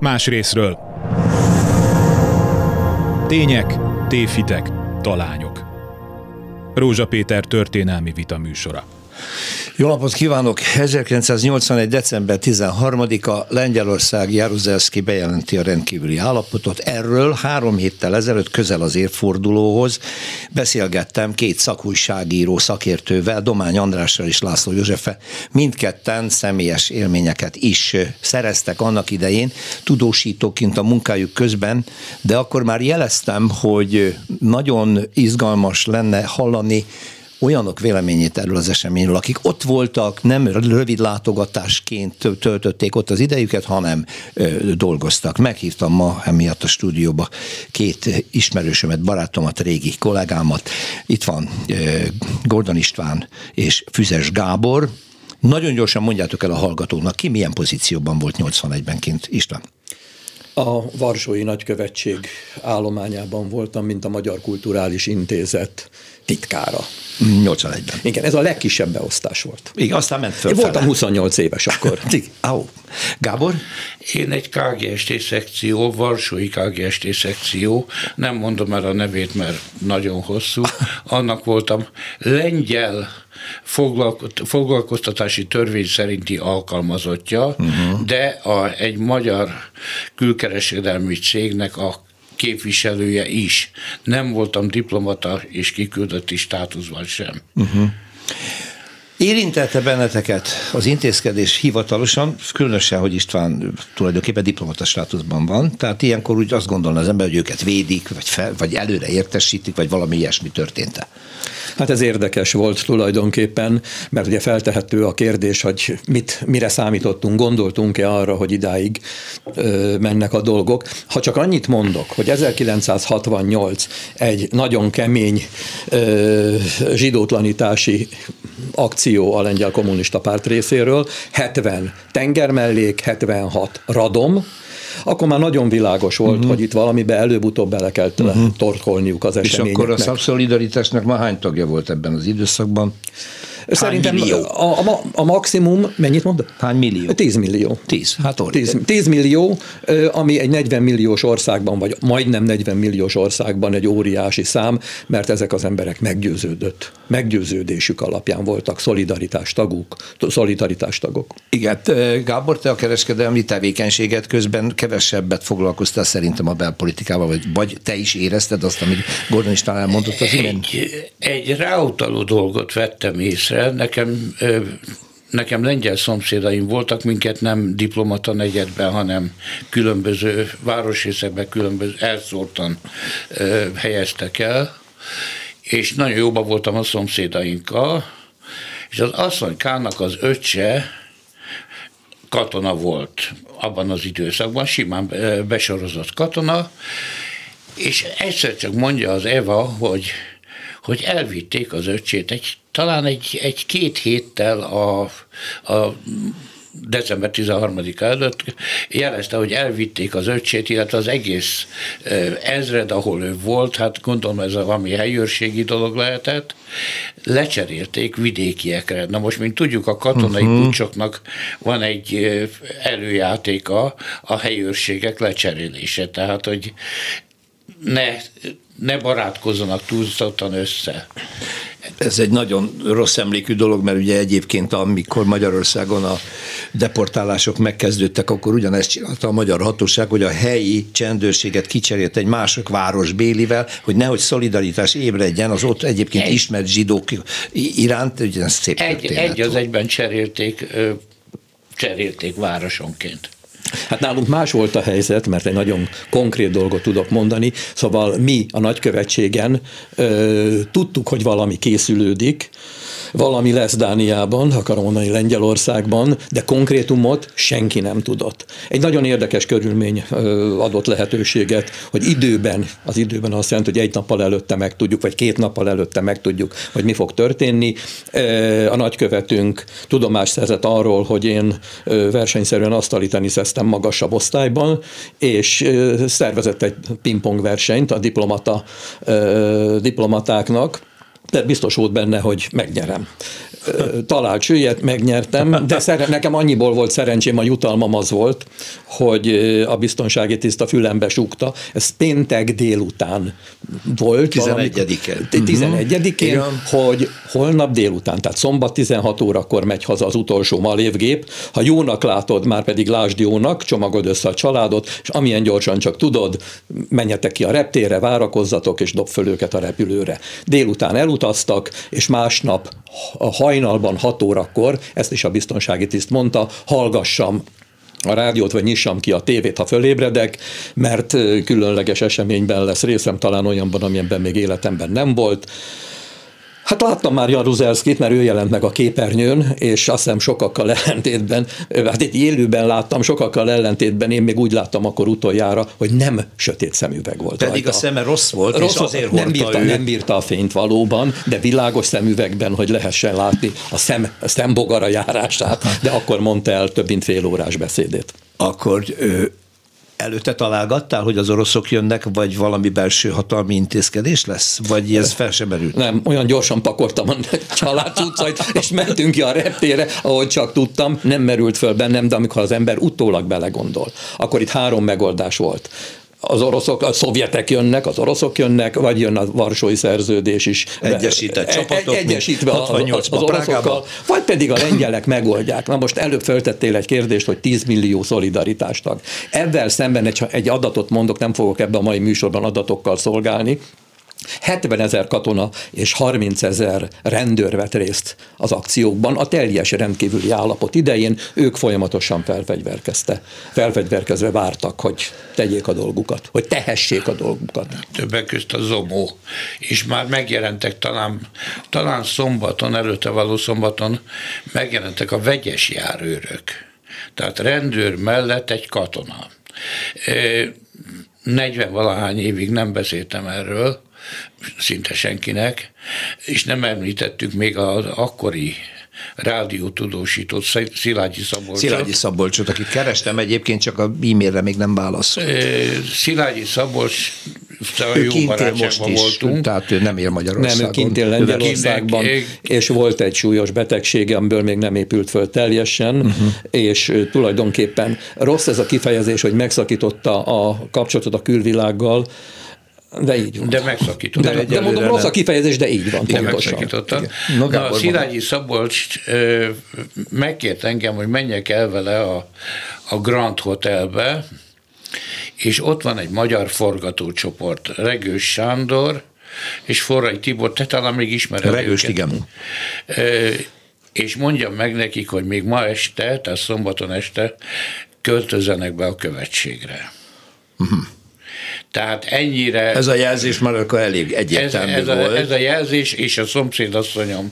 más részről. Tények, tévhitek, talányok. Rózsa Péter történelmi vita műsora. Jó napot kívánok! 1981. december 13-a Lengyelország Jaruzelszky bejelenti a rendkívüli állapotot. Erről 3 héttel ezelőtt, közel az évfordulóhoz beszélgettem 2 szakújságíró szakértővel, Domány Andrással és László Józseffel. Mindketten személyes élményeket is szereztek annak idején, tudósítóként a munkájuk közben, de akkor már jeleztem, hogy nagyon izgalmas lenne hallani olyanok véleményét erről az eseményről, akik ott voltak, nem rövid látogatásként töltötték ott az idejüket, hanem dolgoztak. Meghívtam ma emiatt a stúdióba 2 ismerősömet, barátomat, régi kollégámat. Itt van Gordon István és Füzes Gábor. Nagyon gyorsan mondjátok el a hallgatóknak, ki milyen pozícióban volt 81-ben kint, István? A Varsói Nagykövetség állományában voltam, mint a Magyar Kulturális Intézet titkára. 81-ben. Igen, ez a legkisebb beosztás volt. Igen, aztán ment fölfele. Én voltam 28 éves akkor. Gábor? Én egy KGST szekció, Varsói KGST szekció, nem mondom el a nevét, mert nagyon hosszú, annak voltam lengyel foglalkoztatási törvény szerinti alkalmazottja, de egy magyar külkereskedelmi cégnek a képviselője is. Nem voltam diplomata és kiküldötti státuszban sem. Érintette benneteket az intézkedés hivatalosan, különösen, hogy István tulajdonképpen diplomata státuszban van, tehát ilyenkor úgy azt gondolna az ember, hogy őket védik, vagy előre értesítik, vagy valami ilyesmi történt-e? Hát ez érdekes volt tulajdonképpen, mert ugye feltehető a kérdés, hogy mire számítottunk, gondoltunk-e arra, hogy idáig mennek a dolgok. Ha csak annyit mondok, hogy 1968 egy nagyon kemény zsidótlanítási akció a Lengyel Kommunista Párt részéről, 70 tengermellék, 76 radom, akkor már nagyon világos volt, hogy itt valamibe előbb-utóbb bele kell torkolniuk az eseményeknek. És akkor a Szakszolidaritásnak már hány tagja volt ebben az időszakban? Szerintem a maximum, mennyit mondod? Hány millió? 10 millió. 10, hát 10 millió, ami egy 40 milliós országban, vagy majdnem 40 milliós országban egy óriási szám, mert ezek az emberek meggyőződésük alapján voltak szolidaritástagok. Igen, Gábor, te a kereskedelmi tevékenységet közben kevesebbet foglalkoztál szerintem a belpolitikával, vagy te is érezted azt, amit Gordon István elmondott az imént? Egy ráutaló dolgot vettem észre. Nekem lengyel szomszédaim voltak, minket nem diplomata negyedben, hanem különböző városrészekben elszórtan helyeztek el, és nagyon jóban voltam a szomszédainkkal, és az asszonykának az öccse katona volt abban az időszakban, simán besorozott katona, és egyszer csak mondja az Eva, hogy elvitték az öccsét, talán egy 2 héttel a december 13-a előtt jelezte, hogy elvitték az öccsét, illetve az egész ezred, ahol ő volt, hát gondolom ez valami helyőrségi dolog lehetett, lecserélték vidékiekre. Na most, mint tudjuk, a katonai puccsoknak van egy előjátéka, a helyőrségek lecserélése, tehát, hogy ne barátkozzanak túlzottan össze. Ez egy nagyon rossz emlékű dolog, mert ugye egyébként amikor Magyarországon a deportálások megkezdődtek, akkor ugyanezt csinálta a magyar hatóság, hogy a helyi csendőrséget kicserélt egy másik városbélivel, hogy nehogy szolidaritás ébredjen az ott egyébként ismert zsidók iránt, ugye ez szép történet. Egy az egyben cserélték városonként. Hát nálunk más volt a helyzet, mert egy nagyon konkrét dolgot tudok mondani, szóval mi a nagykövetségen tudtuk, hogy valami készülődik, valami lesz Dániában, akarom mondani Lengyelországban, de konkrétumot senki nem tudott. Egy nagyon érdekes körülmény adott lehetőséget, hogy az időben azt jelenti, hogy 1 nappal előtte megtudjuk, vagy 2 nappal előtte megtudjuk, hogy mi fog történni. A nagykövetünk tudomást szerzett arról, hogy én versenyszerűen asztaliteniszeztem magasabb osztályban, és szervezett egy pingpong versenyt a diplomatáknak, de biztos volt benne, hogy megnyerem. talált süllyet, megnyertem, de nekem annyiból volt szerencsém, a jutalmam az volt, hogy a biztonsági tiszt a fülembe súgta. Ez péntek délután volt. 11-én, hogy holnap délután, tehát szombat 16 órakor megy haza az utolsó malévgép. Ha jónak látod, már pedig lásd jónak, csomagod össze a családot, és amilyen gyorsan csak tudod, menjetek ki a reptérre, várakozzatok, és dob föl őket a repülőre. Délután elutaztak, és másnap a hajnalban 6 órakor, ezt is a biztonsági tiszt mondta, hallgassam a rádiót, vagy nyissam ki a tévét, ha fölébredek, mert különleges eseményben lesz részem, talán olyanban, amilyenben még életemben nem volt. Hát láttam már Jaruzelszkit, mert ő jelent meg a képernyőn, és azt hiszem sokakkal ellentétben, hát itt élőben láttam, sokakkal ellentétben, én még úgy láttam akkor utoljára, hogy nem sötét szemüveg volt. Pedig rajta. A szeme rossz volt, és azért nem bírta a fényt valóban, de világos szemüvegben, hogy lehessen látni a szembogara járását, de akkor mondta el több mint fél órás beszédét. Akkor előtte találgattál, hogy az oroszok jönnek, vagy valami belső hatalmi intézkedés lesz? Vagy ez fel sem merült? Nem, olyan gyorsan pakoltam a család cuccait, és mentünk ki a reptérre, ahogy csak tudtam, nem merült föl bennem, de amikor az ember utólag belegondol, akkor itt 3 megoldás volt. Az oroszok, a szovjetek jönnek, az oroszok jönnek, vagy jön a Varsói Szerződés is. Egyesített csapatok, egyesítve az oroszokkal, vagy pedig a lengyelek megoldják. Na most előbb föltettél egy kérdést, hogy 10 millió szolidaritástag. Ebben szemben egy adatot mondok, nem fogok ebben a mai műsorban adatokkal szolgálni. 70 000 katona és 30 000 rendőr vett részt az akciókban a teljes rendkívüli állapot idején, ők folyamatosan felfegyverkezve vártak, hogy tegyék a dolgukat, hogy tehessék a dolgukat. Többek közt a Zomó, és már megjelentek talán szombaton, előtte való szombaton megjelentek a vegyes járőrök, tehát rendőr mellett egy katona. 40-valahány évig nem beszéltem erről, szinte senkinek, és nem említettük még az akkori rádiótudósított Szilágyi Szabolcsot. Szilágyi Szabolcsot, akit kerestem egyébként, csak a e-mailre még nem válaszol. Szilágyi Szabolcs, jó barátságban voltunk. Tehát ő nem él Magyarországon. Nem, ő kint él Lengyelországban, és volt egy súlyos betegsége, amiből még nem épült föl teljesen, és tulajdonképpen rossz ez a kifejezés, hogy megszakította a kapcsolatot a külvilággal, de így van. De megszakította. De mondom, rossz a kifejezés, de így van. De megszakította. Na, a Szilágyi Szabolcs megkért engem, hogy menjek el vele a Grand Hotelbe, és ott van egy magyar forgatócsoport, Regős Sándor és Forrai Tibor, te talán még ismered Regőst, igen. És mondjam meg nekik, hogy még ma este, tehát szombaton este költözzenek be a követségre. Tehát ennyire... Ez a jelzés már akkor elég egyértelmű volt. Ez a jelzés, és a szomszédasszonyom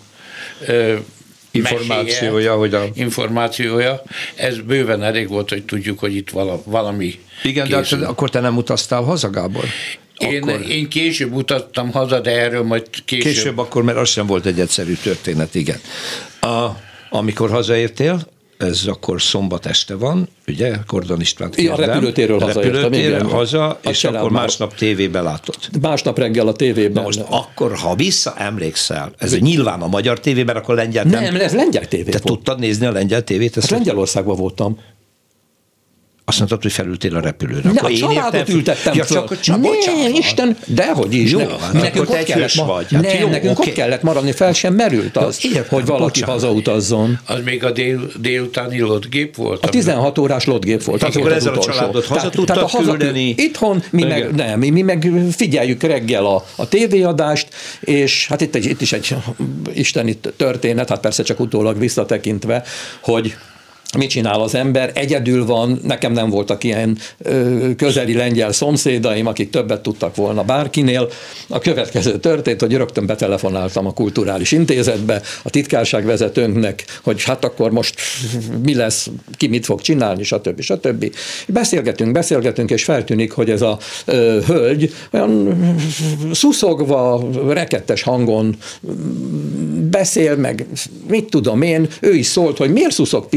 információja, ez bőven elég volt, hogy tudjuk, hogy itt valami igen, készül. De akkor te nem utaztál haza, Gábor? Én később utaztam haza, de erről majd később akkor, mert az sem volt egy egyszerű történet, igen. Amikor hazaértél, ez akkor szombat este van, ugye, Kordon Istvánt kérdem. A repülőtérről hazaértem. Haza, és akkor másnap tévébe látod. Másnap reggel a tévében. Na most akkor, ha visszaemlékszel, ez nyilván a magyar tévében, akkor lengyel nem, ez lengyel tévé volt. Te tudtad nézni a lengyel tévét? Hát Lengyelországban voltam. Azt mondtad, hogy felültél a repülőre. Ne, a családot ültettem föl. Nem, Isten, dehogy is. Nekünk ott kellett maradni, fel sem merült az, hogy valaki hazautazzon. Az még a délután lotgép volt? A 16 órás lotgép volt. Tehát akkor ezzel a családot haza tudtad küldeni? Itthon mi meg figyeljük reggel a tévéadást, és hát itt is egy isteni történet, hát persze csak utólag visszatekintve, hogy mit csinál az ember? Egyedül van, nekem nem voltak ilyen közeli lengyel szomszédaim, akik többet tudtak volna bárkinél. A következő történt, hogy rögtön betelefonáltam a Kulturális Intézetbe, a titkárságvezetőnknek, hogy hát akkor most mi lesz, ki mit fog csinálni, stb. Beszélgetünk, és feltűnik, hogy ez a hölgy olyan szuszogva, rekettes hangon beszél, meg mit tudom én, ő is szólt, hogy miért szuszog Isten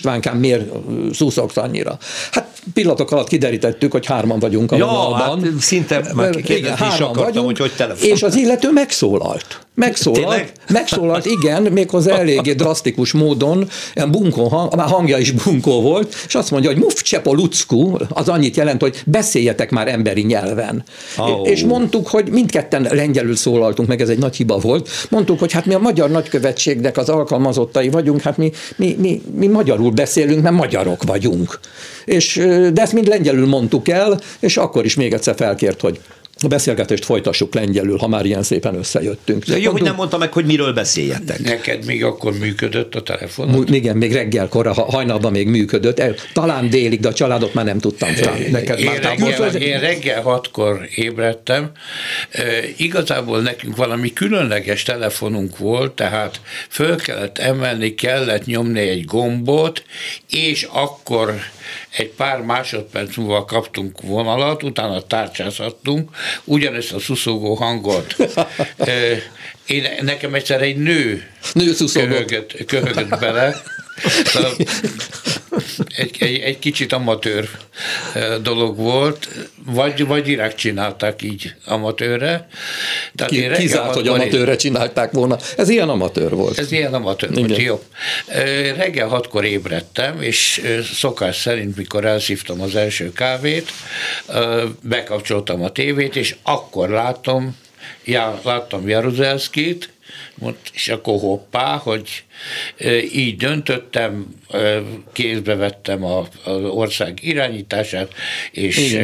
Istvánkám, miért szuszogsz annyira? Hát pillanatok alatt kiderítettük, hogy 3 vagyunk a vonalban. Hát szinte már kérdezni is akartam, hogy telefon. És az illető megszólalt, igen, méghozzá eléggé drasztikus módon, ilyen bunkó, már hangja is bunkó volt, és azt mondja, hogy mufcsepo lucku, az annyit jelent, hogy beszéljetek már emberi nyelven. És mondtuk, hogy mindketten lengyelül szólaltunk meg, ez egy nagy hiba volt, mondtuk, hogy hát mi a magyar nagykövetségnek az alkalmazottai vagyunk, hát mi magyarul beszélünk, mert magyarok vagyunk. De ezt mind lengyelül mondtuk el, és akkor is még egyszer felkért, hogy a beszélgetést folytassuk lengyelül, ha már ilyen szépen összejöttünk. De jó, hogy nem mondta meg, hogy miről beszéljetek. Neked még akkor működött a telefonod? Igen, még reggelkor, hajnalban még működött. Talán délig, de a családot már nem tudtam fel. Én reggel 6-kor ébredtem. Igazából nekünk valami különleges telefonunk volt, tehát föl kellett emelni, kellett nyomni egy gombot, és akkor egy pár másodperc múlva kaptunk vonalat, utána tárcsázhattunk, ugyanezt a szuszogó hangot. Nekem egyszer egy nő köhögött bele. Egy kicsit amatőr dolog volt, vagy direkt csinálták így amatőrre. Kizárt, hogy amatőrre csinálták volna. Ez ilyen amatőr volt. Ez ilyen amatőr volt, jó. Reggel 6-kor ébredtem, és szokás szerint, mikor elszívtam az első kávét, bekapcsoltam a tévét, és akkor láttam Jaruzelszkit, és akkor hoppá, hogy így döntöttem, kézbe vettem az ország irányítását, és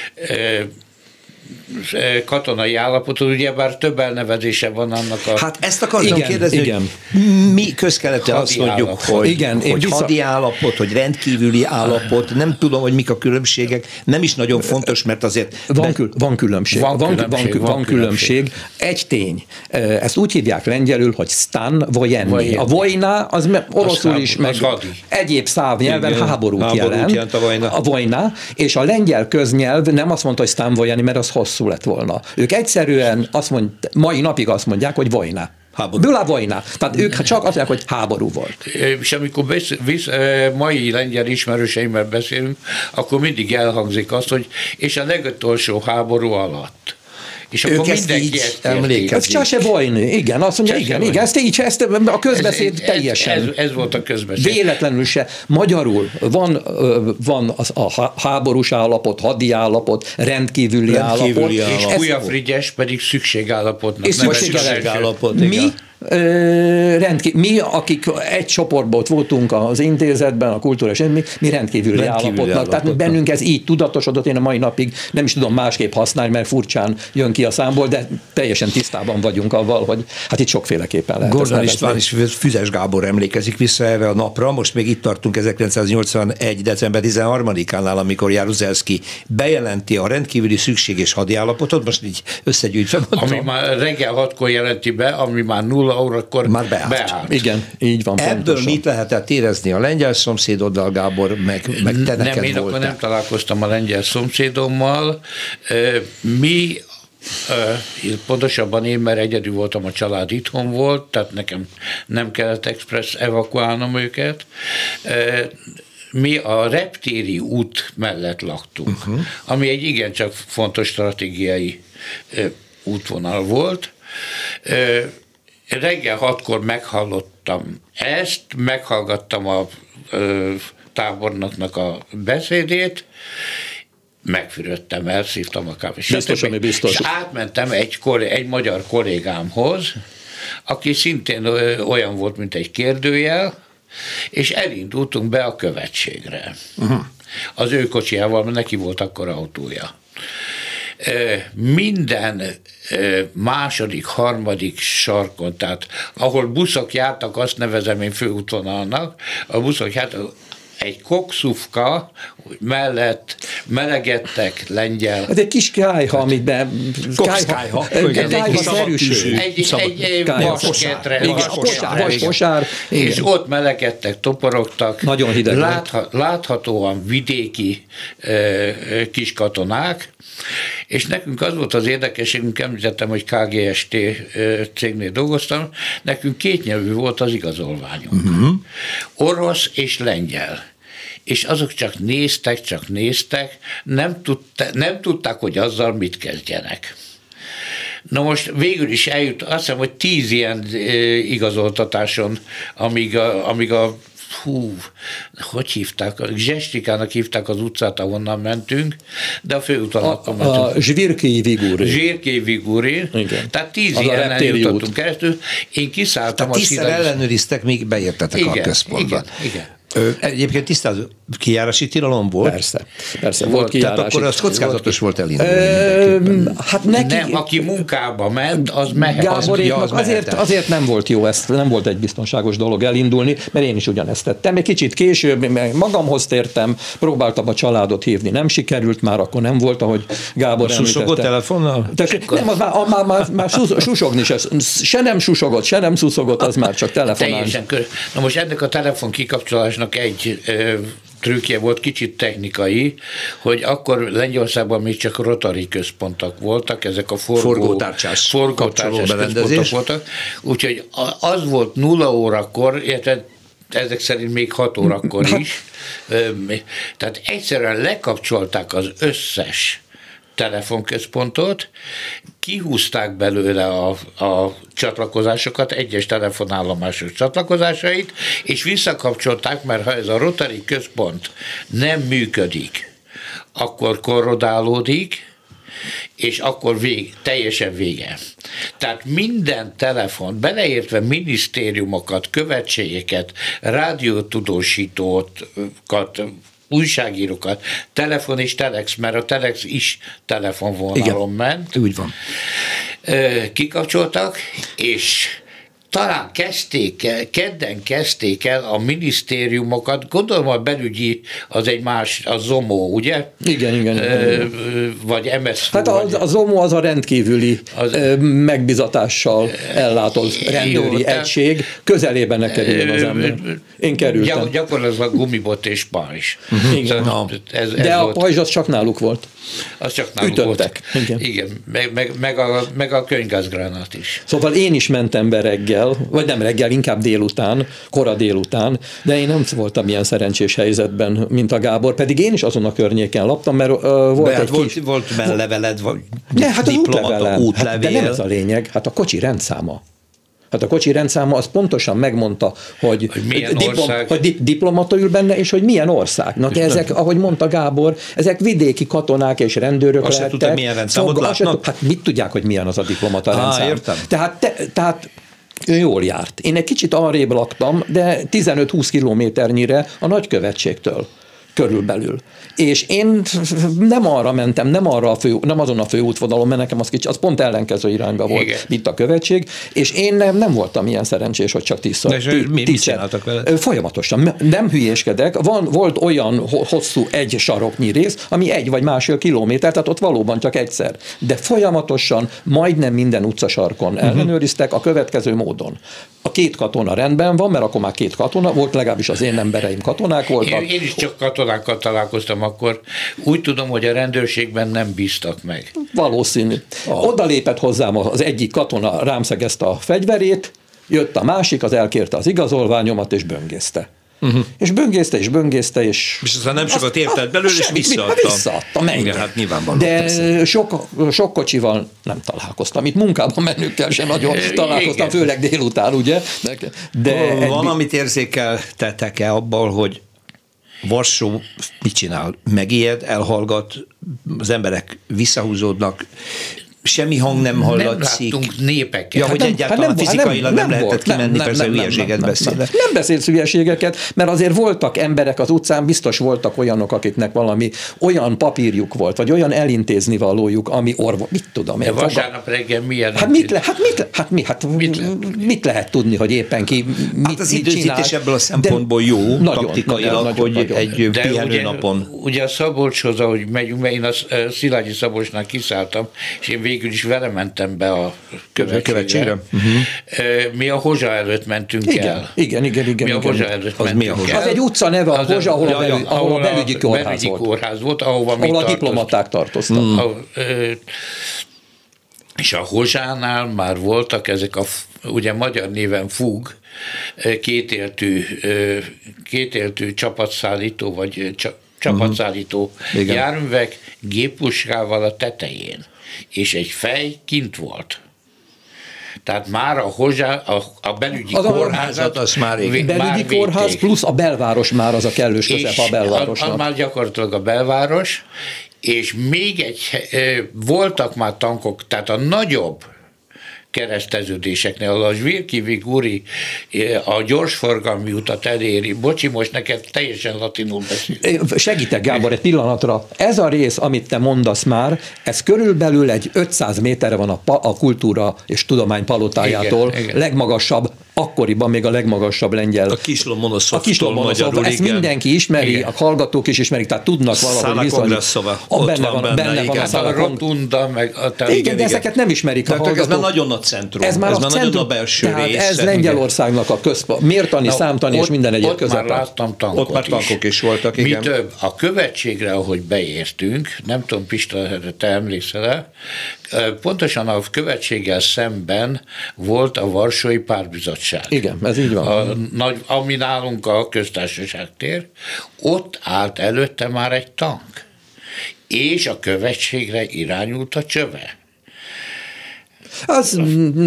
katonai állapotot, ugyebár több elnevezése van annak a... Hát ezt akartam kérdezni, igen. Mi közkeleten azt mondjuk, hogy hadi állapot, hogy rendkívüli állapot, nem tudom, hogy mik a különbségek, nem is nagyon fontos, mert azért... Van különbség. Egy tény. Ezt úgy hívják lengyelül, hogy stan vojenny. A vojna, az oroszul is, meg egyéb száv nyelven háborút jelent. A vojna, és a lengyel köznyelv nem azt mondta, hogy stan vojenny, mert az hosszú lett volna. Ők egyszerűen mai napig azt mondják, hogy vojna. Byla vojna. Tehát ők csak azt mondják, hogy háború volt. És amikor mai lengyel ismerőseimmel beszélünk, akkor mindig elhangzik az, hogy és a legutolsó háború alatt. És ők ezt így emlékezik. Csase vojny, igen, azt mondja, igen, ezt a közbeszéd teljesen. Ez volt a közbeszéd. Véletlenül se. Magyarul van a háborús állapot, hadi állapot, rendkívüli állapot. És Újafrigyes pedig szükségállapotnak. És szükségállapot, mi, akik egy csoportból voltunk az intézetben, a kultúrás, mi rendkívüli állapotnak. Tehát bennünk ez így tudatosodott, én a mai napig nem is tudom másképp használni, mert furcsán jön ki a számból, de teljesen tisztában vagyunk avval, hogy hát itt sokféleképpen lehet. Gordon István és Füzes Gábor emlékezik vissza erre a napra, most még itt tartunk 1981. december 13-ánál, amikor Jaruzelszki bejelenti a rendkívüli szükség és hadi állapotot, most így összegyűjtve mondtam. Ami már reggel 6-kor jelenti be, ami már 0 órakor már beállt. Igen, így van. Ebből pontosan. Mit lehetett érezni a lengyel szomszédoddal, Gábor, meg te neked én akkor nem találkoztam a lengyel szomszédommal. Mi, pontosabban én, mert egyedül voltam, a család itthon volt, tehát nekem nem kellett express evakuálnom őket. Mi a reptéri út mellett laktunk, ami egy igencsak fontos stratégiai útvonal volt. Reggel 6-kor meghallottam ezt, meghallgattam a tábornoknak a beszédét, megfürödtem, elszívtam a kávét. És átmentem egy magyar kollégámhoz, aki szintén olyan volt, mint egy kérdőjel, és elindultunk be a követségre. Az ő kocsijával, mert neki volt akkor autója. Minden második, harmadik sarkon, tehát ahol buszok jártak, azt nevezem én főútvonalnak, a buszok jártak, egy kokszufka mellett melegettek lengyel. Ez egy kis kályha, amiben kályha-szerűség. Egy vaskosár. És ott melegettek, toporogtak. Nagyon hideg. Láthatóan vidéki kis katonák, És nekünk az volt az érdekességünk, említettem, hogy KGST cégnél dolgoztam, nekünk kétnyelvű volt az igazolványunk. Orosz és lengyel. És azok csak néztek, nem tudták, hogy azzal mit kezdjenek. Na most végül is eljut, azt hiszem, hogy 10 ilyen igazoltatáson, amíg a hogy hívták? Zsestikának hívták az utcát, ahonnan mentünk, de a főúton akkor mentünk. A Zsvirkei Vigurin. Tehát 10 ilyenen jutottunk keresztül. Én kiszálltam a Szilágyi... ellenőriztek, míg beértetek a központba. Igen. Egyébként tisztázó kijárási tilalom volt? Persze volt kijárási. Tehát akkor az kockázatos volt elindulni. Hát neki... Nem, aki munkába ment, az mehet. Gáboréknak azért nem volt jó, nem volt egy biztonságos dolog elindulni, mert én is ugyanezt tettem. Egy kicsit később magamhoz tértem, próbáltam a családot hívni, nem sikerült, már akkor nem volt, ahogy Gábor említette. Susogott telefonnal? Nem, már susogni se nem susogott, se nem szuszogott, az már csak telefonál. Na most ennek a telefon kikapcsolásnak egy trükkje volt, kicsit technikai, hogy akkor Lengyelországban még csak rotary központok voltak, ezek a forgótárcsás központok voltak, úgyhogy az volt 0 órakor, illetve ezek szerint még 6 órakor is, tehát egyszerűen lekapcsolták az összes telefonközpontot, kihúzták belőle a csatlakozásokat, egyes telefonállomások csatlakozásait, és visszakapcsolták, mert ha ez a rotary központ nem működik, akkor korrodálódik, és akkor teljesen vége. Tehát minden telefon, beleértve minisztériumokat, követségeket, rádiótudósítókat, újságírókat, telefon és telex, mert a telex is telefonvonalon ment. Úgy van. Kikapcsoltak, és talán kedden kezdték el a minisztériumokat, gondolom a belügyi az egy más, a ZOMO, ugye? Igen. Vagy MSZU. Hát a ZOMO az a rendkívüli megbizatással ellátott rendőri egység, közelében ne kerüljön az ember. Én kerültem. Gyakorlatilag gumibot és pajzs. De a pajzs az csak náluk volt. Az csak náluk ütöttek. Volt. Igen. Meg a könygázgránát is. Szóval én is mentem be reggel, vagy nem reggel, inkább délután, kora délután, de én nem voltam ilyen szerencsés helyzetben, mint a Gábor, pedig én is azon a környéken laktam, mert volt leveled, vagy diplomata, útlevél. De nem ez a lényeg, hát a kocsi rendszáma. Hát a kocsi rendszáma az pontosan megmondta, hogy diplomata ül benne, és hogy milyen ország. Na de ezek, ahogy mondta Gábor, ezek vidéki katonák és rendőrök lehettek. Azt se tudta, milyen rendszámot látnak? Hát mit tudják, hogy milyen az a diplomata rendszám? Értem. Tehát ő jól járt. Én egy kicsit arrébb laktam, de 15-20 kilométernyire a nagykövetségtől körülbelül. És én nem arra mentem, nem azon a főútvonalon, mert nekem az pont ellenkező irányba volt, igen, mint a követség, és én nem voltam ilyen szerencsés, hogy csak 10-szer. Mit csináltak veled? Folyamatosan. Nem hülyéskedek. Volt olyan hosszú egy saroknyi rész, ami 1 vagy másfél kilométer, tehát ott valóban csak egyszer. De folyamatosan majdnem minden utcasarkon ellenőriztek a következő módon. A 2 katona rendben van, mert akkor már 2 katona volt, legalábbis az én embereim katonák voltak. Én is csak katonákkal találkoztam akkor. Úgy tudom, hogy a rendőrségben nem bíztak meg. Valószínű. Oda lépett hozzám az egyik katona, rám szegezte a fegyverét, jött a másik, az elkérte az igazolványomat, és böngészte. És böngészte, és aztán nem sokat értett belőle, és visszaadta. Igen, hát nyilvánvaló. De sok kocsival nem találkoztam. Itt munkában menőkkel sem nagyon találkoztam, főleg délután, ugye? De valamit érzékeltetek-e abban, hogy Varsó mit csinál? Megijed, elhallgat, az emberek visszahúzódnak, semmi hang nem hallatszik. Nem láttunk népeket. Ja, hogy egyáltalán fizikailag nem lehetett kimenni, persze hülyeséget beszélek. Nem beszélsz hülyeségeket, mert azért voltak emberek az utcán, biztos voltak olyanok, akiknek valami olyan papírjuk volt, vagy olyan elintézni valójuk, ami mit tudom én. De vasárnap reggel milyen? Mit lehet tudni, hogy éppen ki mit az időzítés ebből a szempontból jó, taktikailag, hogy egy pihenőnapon. Ugye a Szabolcshoz, ahogy megyünk, mert én a Szilágyi Szabolcsnál kiszálltam, és én végül is vele mentem be a követségre. Mi a Hozsa előtt mentünk el. Igen. Mi a Hozsa előtt mentünk el. Az egy utca neve a Hozsa, ahol a belügyi kórház volt. Ahol a diplomaták tartoztak. És a Hozsánál már voltak ezek ugye magyar néven FUG, kétéltű csapatszállító, vagy csapatszállító járművek géppuskával a tetején, és egy fej kint volt. Tehát már a Hozsá, a belügyi kórházat az már belügyi kórház plusz a belváros már az a kellős közep a belvárosnak. Az már gyakorlatilag a belváros, és még voltak már tankok, tehát a nagyobb kereszteződéseknél, a Zsvirki-Viguri a gyorsforgalmi utat eléri. Bocsi, most neked teljesen latinul beszél. Segítek, Gábor, egy pillanatra. Ez a rész, amit te mondasz már, ez körülbelül egy 500 méterre van a Kultúra és Tudomány palotájától, igen. Legmagasabb, akkoriban még a legmagasabb lengyel. A Kislomonoszov, ezt mindenki ismeri, igen. A hallgatók is ismerik, tehát tudnak valahogy viszonylag. Benne van a Szála Rotunda, meg a igen, de ezeket nem ismerik a hallgatók. Ez már nagyon nagy centrum. Ez már nagyon a belső rész. Ez Lengyelországnak a központ. Mértani, számtani és minden egyéb közepén. Ott már láttam tankot. Ott már tankok is voltak, igen. Mi több, a követségre, ahogy beértünk, nem tudom, Pista, te emlékszel-e, pontosan a követséggel szemben volt a Varsói Pártbizottság. Igen, ez így van. Ami nálunk a Köztársaság tér, ott állt előtte már egy tank, és a követségre irányult a csöve. Az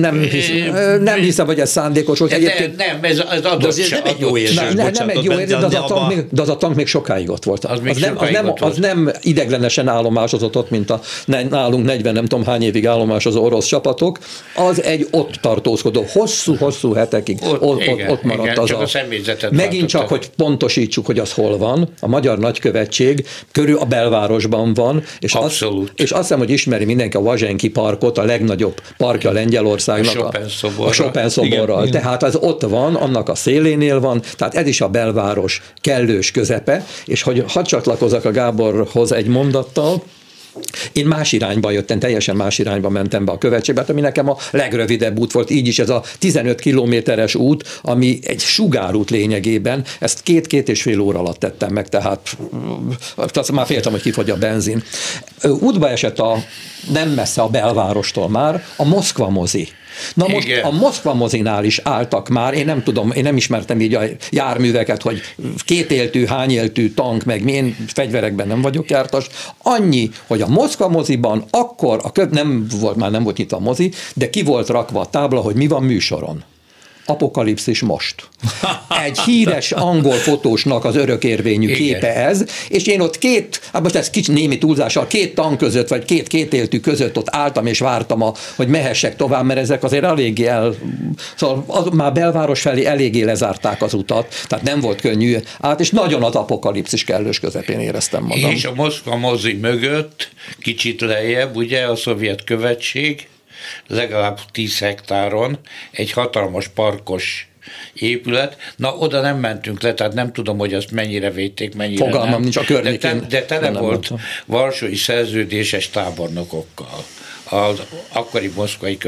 nem hiszem, hogy ez szándékos volt. Nem, ez adott. Nem egy jó érzés. Nem egy jó érzés, de az a tank még sokáig ott volt. Az nem ideglenesen állomásozott ott, mint nálunk 40 nem tudom hány évig állomásozó orosz csapatok. Az egy ott tartózkodó, hosszú hetekig ott maradt az a megint csak, hogy pontosítsuk, hogy az hol van. A Magyar Nagykövetség körül a belvárosban van, és azt hiszem, hogy ismeri mindenki a Vazsenki parkot, a legnagyobb parkja Lengyelországnak, a Chopin szoborral. Tehát az ott van, annak a szélénél van, tehát ez is a belváros kellős közepe, és hogy hadd csatlakozzak a Gáborhoz egy mondattal, én más irányba jöttem, teljesen más irányba mentem be a követségbe, ami nekem a legrövidebb út volt, így is ez a 15 kilométeres út, ami egy sugárút lényegében, ezt 2-2,5 óra alatt tettem meg, tehát már féltem, hogy kifogy a benzin. Útba esett nem messze a belvárostól már a Moszkva mozi. Na most a Moszkva mozinál is álltak már, én nem ismertem így a járműveket, hogy kétéltű, hányéltű tank, meg én fegyverekben nem vagyok jártas. Annyi, hogy a Moszkva moziban akkor, nem volt nyitva a mozi, de ki volt rakva a tábla, hogy mi van műsoron. Apokalipszis most. Egy híres angol fotósnak az örökérvényű képe ez, és én ott most ez kicsi némi túlzással, 2 tank között, vagy 2 kétéltű között ott álltam és vártam, hogy mehessek tovább, mert ezek azért eléggé szóval már belváros felé eléggé lezárták az utat, tehát nem volt könnyű és nagyon az apokalipszis kellős közepén éreztem magam. És a Moszkva mozi mögött, kicsit lejjebb, ugye a szovjet követség, legalább 10 hektáron egy hatalmas parkos épület. Na, oda nem mentünk le, tehát nem tudom, hogy azt mennyire védték, mennyire fogalmam nem. Nincs a környékén. De tele volt varsói szerződéses tábornokokkal. Az akkori moszkvai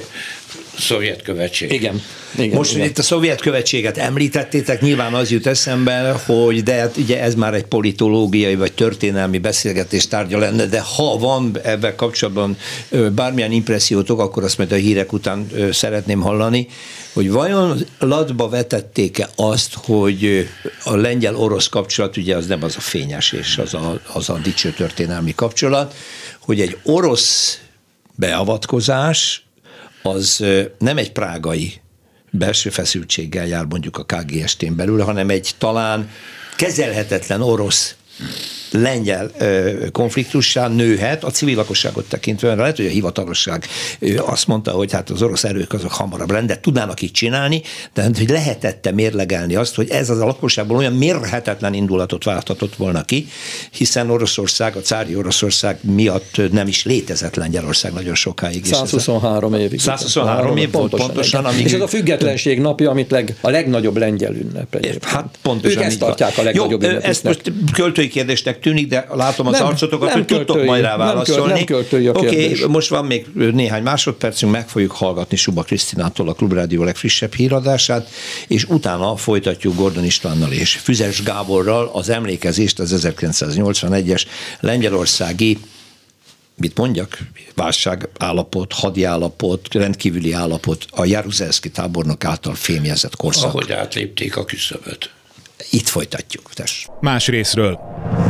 szovjet követség. Igen. Most, hogy itt a szovjet követséget említettétek, nyilván az jut eszembe, hogy de ugye ez már egy politológiai vagy történelmi beszélgetés tárgya lenne, de ha van ebben kapcsolatban bármilyen impressziótok, akkor azt majd a hírek után szeretném hallani, hogy vajon latba vetették-e azt, hogy a lengyel-orosz kapcsolat, ugye az nem az a fényes és az a dicső történelmi kapcsolat, hogy egy orosz beavatkozás az nem egy prágai belső feszültséggel jár mondjuk a KGST-n belül, hanem egy talán kezelhetetlen orosz-lengyel konfliktussá nőhet a civil lakosságot tekintve. Lehet, hogy a hivatalosság azt mondta, hogy hát az orosz erők azok hamarabb rendet tudnának így csinálni, de hogy lehetette mérlegelni azt, hogy ez az a lakosságból olyan mérhetetlen indulatot válthatott volna ki, hiszen Oroszország, a cári Oroszország miatt nem is létezett Lengyelország nagyon sokáig. 123 évig. 123 év volt pontosan. És ez a függetlenség napja, amit a legnagyobb lengyel ünnep. Hát pontosan. Ők ezt tartják a legnagyobb ünnepnek. Ezt most költői kérdésnek költőinek tűnik, de látom az arcotokat, hogy tudtok költői, majd rá válaszolni. Nem költői a kérdés. Most van még néhány másodpercünk, meg fogjuk hallgatni Suba Krisztinától a Klubrádió legfrissebb híradását, és utána folytatjuk Gordon Istvánnal és Füzes Gáborral az emlékezést az 1981-es lengyelországi, mit mondjak, válságállapot, hadiállapot, rendkívüli állapot, a Jaruzelszky tábornok által fémjezett korszak. Ahogy átlépték a küszöböt. Itt folytatjuk, tess. Más részről.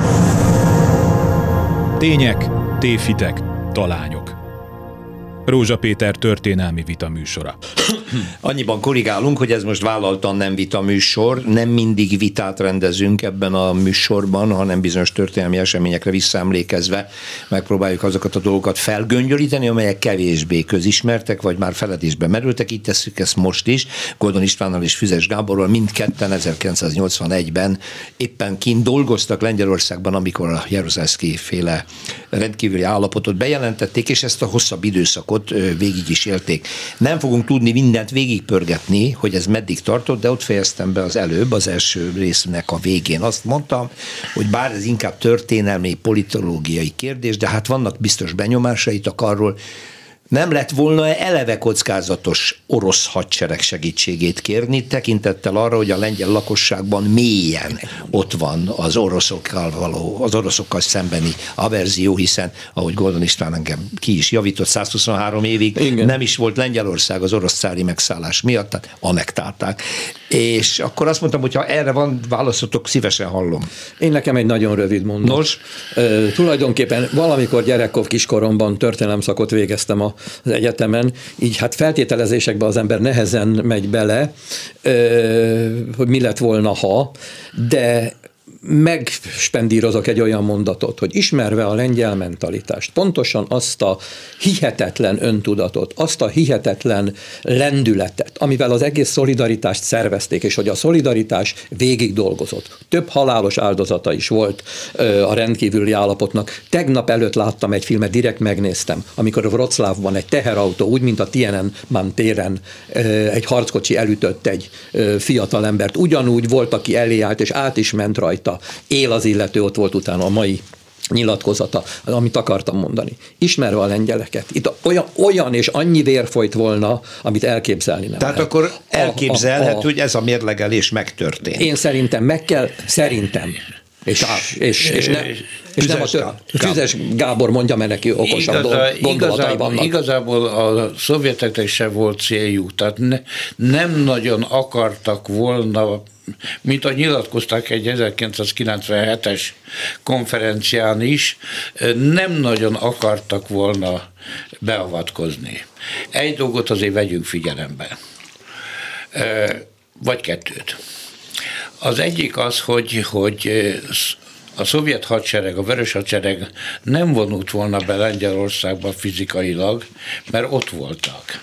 Tények, tévhitek, talányok. Rózsa Péter történelmi vita műsora. Annyiban korrigálunk, hogy ez most vállaltan nem vita műsor, nem mindig vitát rendezünk ebben a műsorban, hanem bizonyos történelmi eseményekre visszaemlékezve megpróbáljuk azokat a dolgokat felgöngyölíteni, amelyek kevésbé közismertek, vagy már feledésbe merültek. Így tesszük ezt most is. Gordon Istvánnal és Füzes Gáborral mindketten 1981-ben éppen kint dolgoztak Lengyelországban, amikor a Jaruzelszky féle rendkívüli állapotot bejelentették, és ezt a hosszabb időszakot végig is élték. Nem fogunk tudni mindent végigpörgetni, hogy ez meddig tartott, de ott fejeztem be az előbb, az első résznek a végén. Azt mondtam, hogy bár ez inkább történelmi, politológiai kérdés, de hát vannak biztos benyomásaitok arról, nem lett volna eleve kockázatos orosz hadsereg segítségét kérni, tekintettel arra, hogy a lengyel lakosságban mélyen ott van az oroszokkal szembeni averzió, hiszen, ahogy Gordon István engem ki is javított, 123 évig igen, nem is volt Lengyelország az orosz cári megszállás miatt, tehát annektálták. És akkor azt mondtam, hogy ha erre van válaszotok, szívesen hallom. Én nekem egy nagyon rövid mondat. Nos? Tulajdonképpen valamikor gyerekkor kiskoromban történelemszakot végeztem az egyetemen, így hát feltételezésekbe az ember nehezen megy bele, hogy mi lett volna, ha, de megspendírozok egy olyan mondatot, hogy ismerve a lengyel mentalitást, pontosan azt a hihetetlen öntudatot, azt a hihetetlen lendületet, amivel az egész szolidaritást szervezték, és hogy a szolidaritás végig dolgozott. Több halálos áldozata is volt a rendkívüli állapotnak. Tegnap előtt láttam egy filmet, direkt megnéztem, amikor a Wroclawban egy teherautó, úgy, mint a Tiananmen téren egy harckocsi elütött egy fiatalembert. Ugyanúgy volt, aki elé állt, és át is ment rajta. Él az illető, ott volt utána a mai nyilatkozata, amit akartam mondani. Ismerve a lengyeleket, itt olyan és annyi vér folyt volna, amit elképzelni nem. Tehát lehet. akkor elképzelhető, hogy ez a mérlegelés megtörtént. Én szerintem meg kell, szerintem. És nem a Füzes Gábor mondja, mert neki okosabb gondolatai vannak. Igazából a szovjeteknek se volt céljuk, tehát nem nagyon akartak volna, mint ahogy nyilatkozták egy 1997-es konferencián is, nem nagyon akartak volna beavatkozni. Egy dolgot azért vegyünk figyelembe, vagy kettőt. Az egyik az, hogy a szovjet hadsereg, a vörös hadsereg nem vonult volna be Lengyelországba fizikailag, mert ott voltak.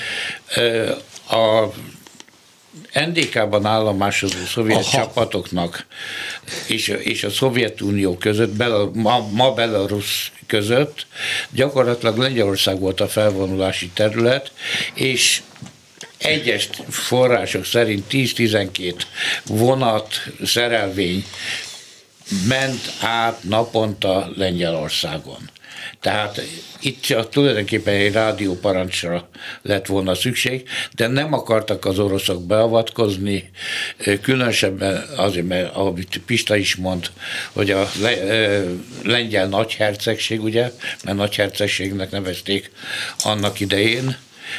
A NDK-ban állomásozó szovjet csapatoknak és a Szovjetunió között, ma Belarus között gyakorlatilag Lengyelország volt a felvonulási terület, és egyes források szerint 10-12 vonat, szerelvény ment át naponta Lengyelországon. Tehát itt csak tulajdonképpen egy rádióparancsra lett volna szükség, de nem akartak az oroszok beavatkozni, különösebben azért, mert ahogy Pista is mond, hogy a lengyel nagyhercegség, ugye, mert nagyhercegségnek nevezték annak idején,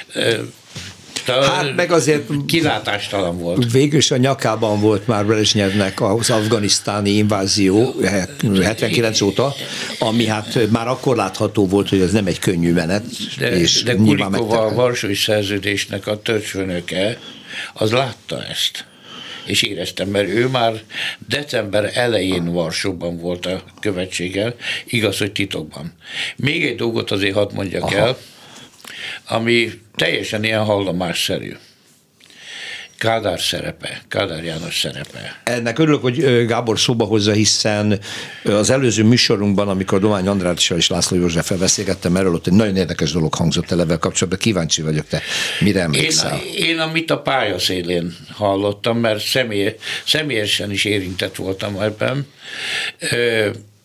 hát meg azért kilátástalan volt. Végül is a nyakában volt már Brezsnyevnek az afganisztáni invázió 79 óta, ami hát már akkor látható volt, hogy ez nem egy könnyű menet. De Kulikova, a Varsói Szerződésnek a törzsfőnöke, az látta ezt. És éreztem, mert ő már december elején Varsóban volt a követséggel, igaz, hogy titokban. Még egy dolgot azért hadd mondjak el, ami teljesen ilyen hallomásszerű. Kádár szerepe, Kádár János szerepe. Ennek örülök, hogy Gábor szóba hozza, hiszen az előző műsorunkban, amikor Domány Andrással és László Józseffel beszélgettem erről, ott egy nagyon érdekes dolog hangzott el ebben kapcsolatban. Kíváncsi vagyok, te mire emlékszel? Én amit a pályaszélén hallottam, mert személyesen is érintett voltam ebben.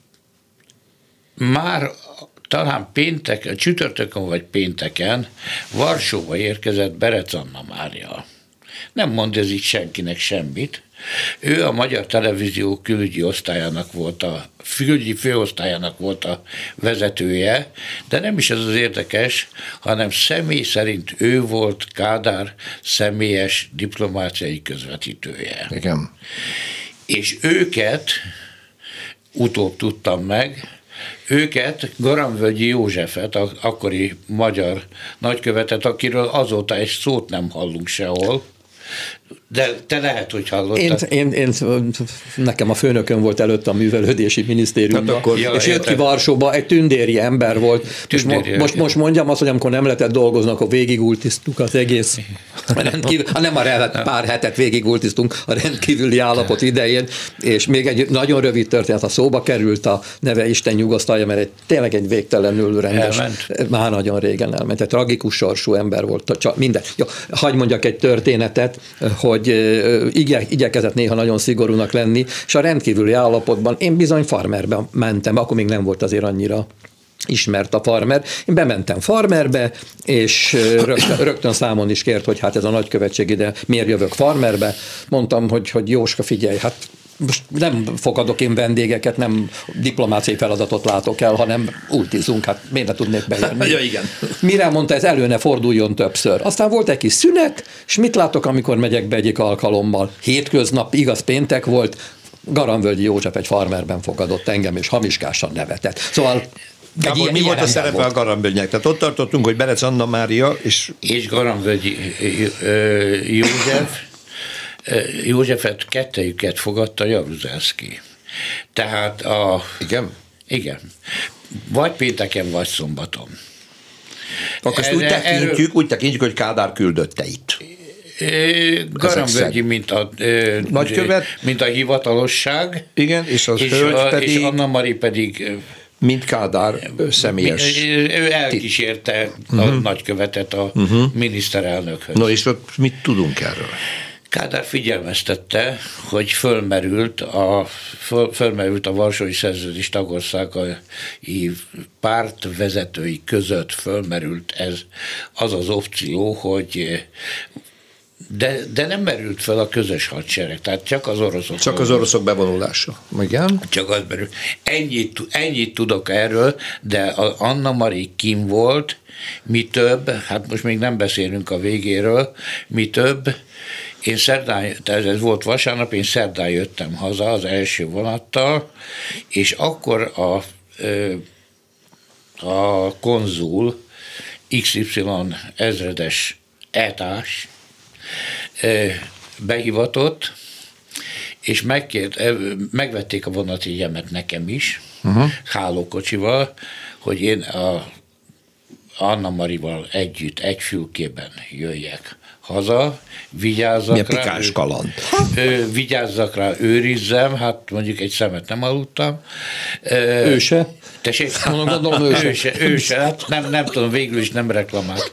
már talán csütörtökön vagy pénteken Varsóba érkezett Berec Anna Mária. Nem mond ez így senkinek semmit. Ő a Magyar Televízió külügyi főosztályának volt a vezetője, de nem is ez az érdekes, hanem személy szerint ő volt Kádár személyes diplomáciai közvetítője. Igen. És őket, utóbb tudtam meg, Garamvölgyi Józsefet, akkori magyar nagykövetet, akiről azóta egy szót nem hallunk sehol, de te lehet, hogy hallottad. Nekem a főnököm volt előtte a művelődési minisztériumban, és jött ki Varsóba, egy tündéri ember volt. Most mondjam azt, hogy amikor nem lehetett dolgozni, akkor végigultisztuk az egész nem pár hetet végigultisztunk a rendkívüli állapot idején, és még egy nagyon rövid történet, a szóba került a neve, Isten nyugosztalja, mert tényleg egy végtelenül rendes. Már nagyon régen elment. Egy tragikus sorsú ember volt. Minden. Jó, hadd mondjak egy történetet, hogy igyekezett néha nagyon szigorúnak lenni, és a rendkívüli állapotban én bizony farmerbe mentem, akkor még nem volt azért annyira ismert a farmer. Én bementem farmerbe, és rögtön számon is kért, hogy hát ez a nagykövetség ide, miért jövök farmerbe. Mondtam, hogy Jóska, figyelj, hát most nem fogadok én vendégeket, nem diplomáciai feladatot látok el, hanem ultizunk, hát miért ne tudnék bejönni. Ja, igen. Mire mondta, ez elő ne forduljon többször. Aztán volt egy kis szünet, és mit látok, amikor megyek be egyik alkalommal? Hétköznap, igaz, péntek volt, Garamvölgyi József egy farmerben fogadott engem, és hamiskásan nevetett. Szóval Gábor, mi volt a szerepe a Garamvölgynek? Tehát ott tartottunk, hogy Berec Anna Mária és Garamvölgyi Józsefet, kettejüket fogadta Jaruzelszky. Tehát Igen? Igen. Vagy pénteken, vagy szombaton. Akkor ezt úgy tekintjük, hogy Kádár küldötte itt. Garamvölgyi, mint a nagykövet, mint a hivatalosság. Igen, és az hölgy pedig... És Anna Mari pedig... Mint Kádár személyes. Ő elkísérte a nagykövetet a miniszterelnökhöz. No, és ott mit tudunk erről? Kádár figyelmeztette, hogy fölmerült a Varsói Szerződés tagországai pártvezetői között fölmerült az az opció, hogy de nem merült fel a közös hadsereg, tehát csak az oroszok. Csak az oroszok bevonulása. Igen. Csak az merült. Ennyit tudok erről, de Anna Mari kim volt, mi több, hát most még nem beszélünk a végéről, mi több, én szerdán, ez volt vasárnap, én szerdán jöttem haza az első vonattal, és akkor a konzul XY ezredes etás behivatott, és megvették a vonatjegyemet nekem is, hálókocsival, hogy én Anna Marival együtt, egy fülkében jöjjek haza, vigyázzak rá. Pikás kaland. Vigyázzak rá, őrizzem, hát mondjuk egy szemet nem aludtam. Ő se? Tessék? Gondolom ő se. Hát nem tudom, végül is nem reklamált.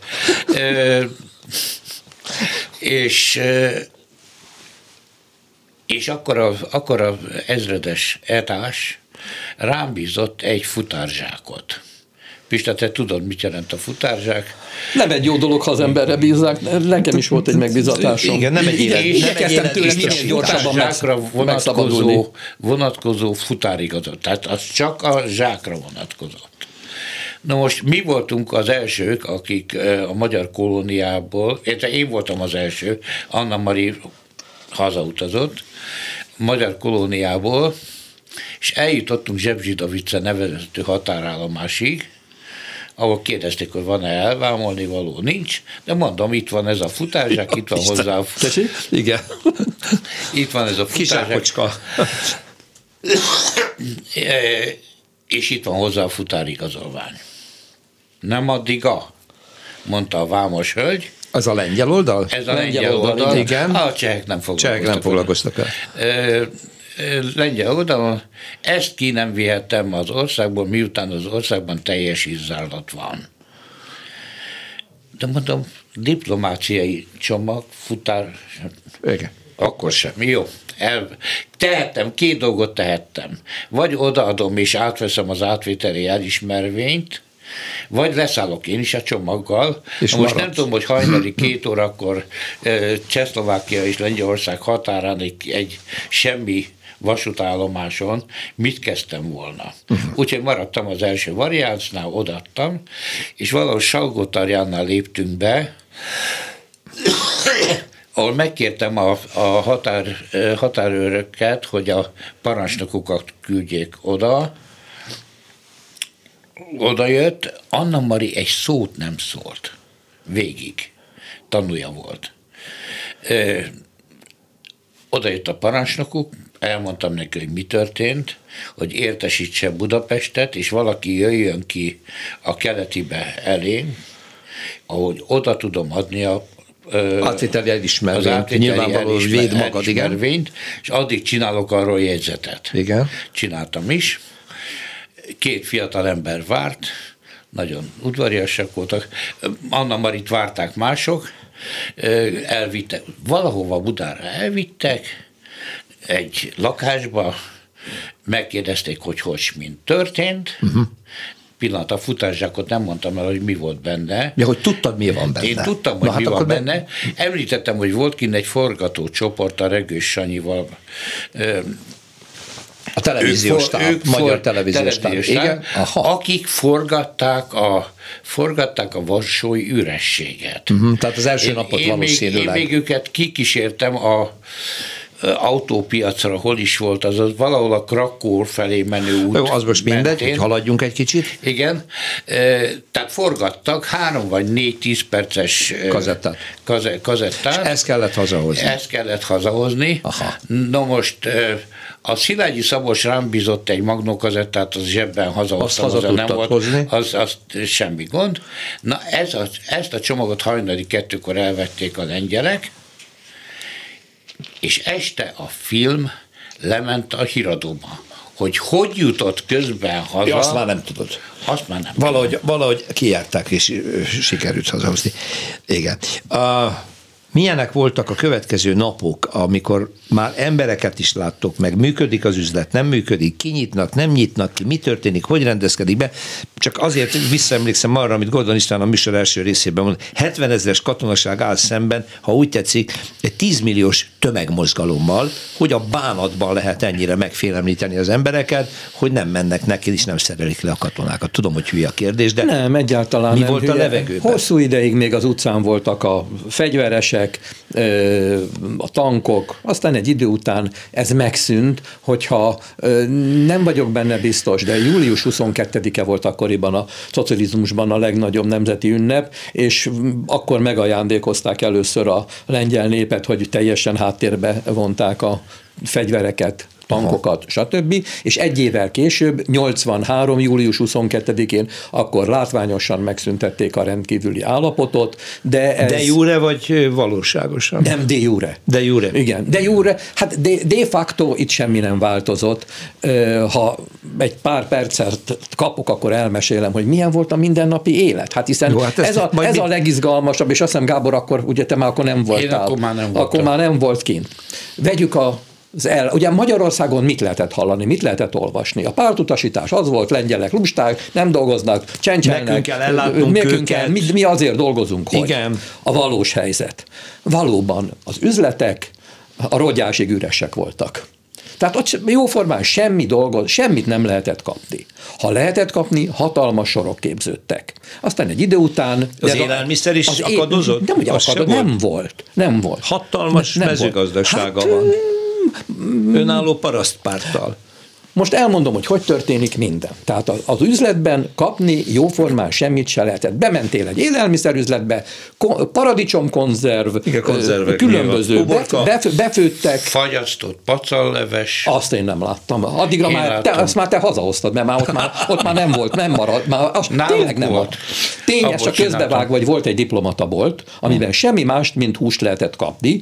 És akkor a ezredes etás rám bízott egy futárzsákot. Pista, te tudod, mit jelent a futárzsák? Nem egy jó dolog, ha az emberre bízzák. Nekem is volt egy megbizatásom. Igen, nem egy igyekeztem tőle minél gyorsabban vonatkozó futárigazat. Tehát az csak a zsákra vonatkozott. Na most mi voltunk az elsők, akik a magyar kolóniából, én voltam az első, Anna Mari hazautazott, magyar kolóniából, és eljutottunk Zsebzsidavice nevezető határállomásig, ahol kérdezték, hogy van-e elvámolni való, nincs, de mondom, itt van ez a futárzsák, itt van hozzá Igen. Itt van ez a futárzsák. És itt van hozzá a futárigazolvány. Nem addig mondta a vámos hölgy. Ez a lengyel oldal? Ez a lengyel oldal. Igen. A csehek nem foglalkoztak el. Lengyel oldalon, ezt ki nem vihettem az országból, miután az országban teljes izzállat van. De mondom, diplomáciai csomag, futár... Igen. Akkor sem. Jó. Tehettem, 2 dolgot tehettem. Vagy odaadom és átveszem az átvételi elismervényt, vagy leszállok én is a csomaggal. Most nem tudom, hogy hajnali 2 órakor Csehszlovákia és Lengyelország határán egy semmi vasútállomáson mit kezdtem volna. Úgyhogy maradtam az első variánsnál, odaadtam, és valahogy Salgótarjánnál léptünk be, ahol megkértem a határőröket, hogy a parancsnokokat küldjék oda. Oda jött, Anna Mari egy szót nem szólt. Végig. Tanúja volt. Oda jött a parancsnokuk, elmondtam neki, hogy mi történt, hogy értesítse Budapestet, és valaki jöjjön ki a keletibe elénk, ahogy oda tudom adni átvételi elismervényt, nyilvánvaló, hogy véd magad, igen. És addig csinálok arról jegyzetet. Igen. Csináltam is. 2 fiatal ember várt, nagyon udvariasak voltak. Anna Marit várták mások, elvittek, valahova Budára elvittek, egy lakásba, megkérdezték, hogy mint történt. Pillanat, a futászsákot nem mondtam el, hogy mi volt benne. Ja, hogy tudtad, mi van benne. Én tudtam, hogy mi van benne. Említettem, hogy volt kint egy forgatócsoport a Regős Sanyival. A televíziós táv, magyar televíziós táv. Igen. Akik forgatták a varsói ürességet. Tehát az első napot valószínűleg. Én még őket kikísértem a autópiacra, hol is volt, az valahol a Krakó felé menő út. Jó, az most mindegy, hogy haladjunk egy kicsit. Igen, tehát forgattak 3 vagy 4 10 perces kazettát. És ezt kellett hazahozni. Aha. No most a Szilágyi Szabolcs rám bízott egy magnókazettát, az zsebben hazahoztam, nem volt, az semmi gond. Na ezt a csomagot hajnali 2-kor elvették a lengyelek, és este a film lement a híradóba. Hogy jutott közben haza. Ja, azt már nem tudod. Azt már nem valahogy kijárták, és sikerült hazahozni. Igen. Milyenek voltak a következő napok, amikor már embereket is láttok meg, működik az üzlet, nem működik, kinyitnak, nem nyitnak ki, mi történik, hogy rendezkedik be? Csak azért visszaemlékszem arra, amit Gordon István a műsor első részében mondott, 70 000 katonaság áll szemben, ha úgy tetszik, egy 10 milliós tömegmozgalommal, hogy a bánatban lehet ennyire megfélemlíteni az embereket, hogy nem mennek neki, és nem szerelik le a katonákat. Tudom, hogy hülye a kérdés, de nem, egyáltalán mi nem volt hülye. A levegőben? Hosszú ideig még az utcán voltak a fegyveresek, a tankok, aztán egy idő után ez megszűnt, hogyha nem vagyok benne biztos, de július 22-e volt akkoriban a szocializmusban a legnagyobb nemzeti ünnep, és akkor megajándékozták először a lengyel népet, hogy teljesen háttérbe vonták a fegyvereket, tankokat, stb. És egy évvel később, 83. július 22-én akkor látványosan megszüntették a rendkívüli állapotot, de ez... De jure vagy valóságosan? Nem, de jure. De jure. Igen, de jure. Hát de facto itt semmi nem változott. Ha egy pár percet kapok, akkor elmesélem, hogy milyen volt a mindennapi élet. Hát hiszen jó, hát ez a legizgalmasabb, és azt hiszem, Gábor, akkor ugye te már akkor nem voltál. Akkor már nem volt kint. Vegyük ugye Magyarországon mit lehetett hallani, mit lehetett olvasni? A pártutasítás az volt, lengyelek lusták, nem dolgoznak, csencselnek. Nekünk kell, mi azért dolgozunk, hogy igen. A valós helyzet. Valóban az üzletek a rogyásig üresek voltak. Tehát ott jóformán semmit nem lehetett kapni. Ha lehetett kapni, hatalmas sorok képződtek. Aztán egy idő után... Az élelmiszer is akadozott? Nem volt. Hatalmas mezőgazdasága van. Önálló parasztpárttal. Most elmondom, hogy történik minden. Tehát az üzletben kapni jóformán semmit se lehetett. Bementél egy élelmiszerüzletbe, paradicsomkonzerv, különböző, befőttek. Fagyasztott pacalleves. Azt én nem láttam. Addigra azt már te hazahoztad, mert ott már nem volt, nem maradt. Tényleg nem volt. Tényleg csak közbevág, vagy volt egy diplomatabolt, amiben semmi mást, mint húst lehetett kapni,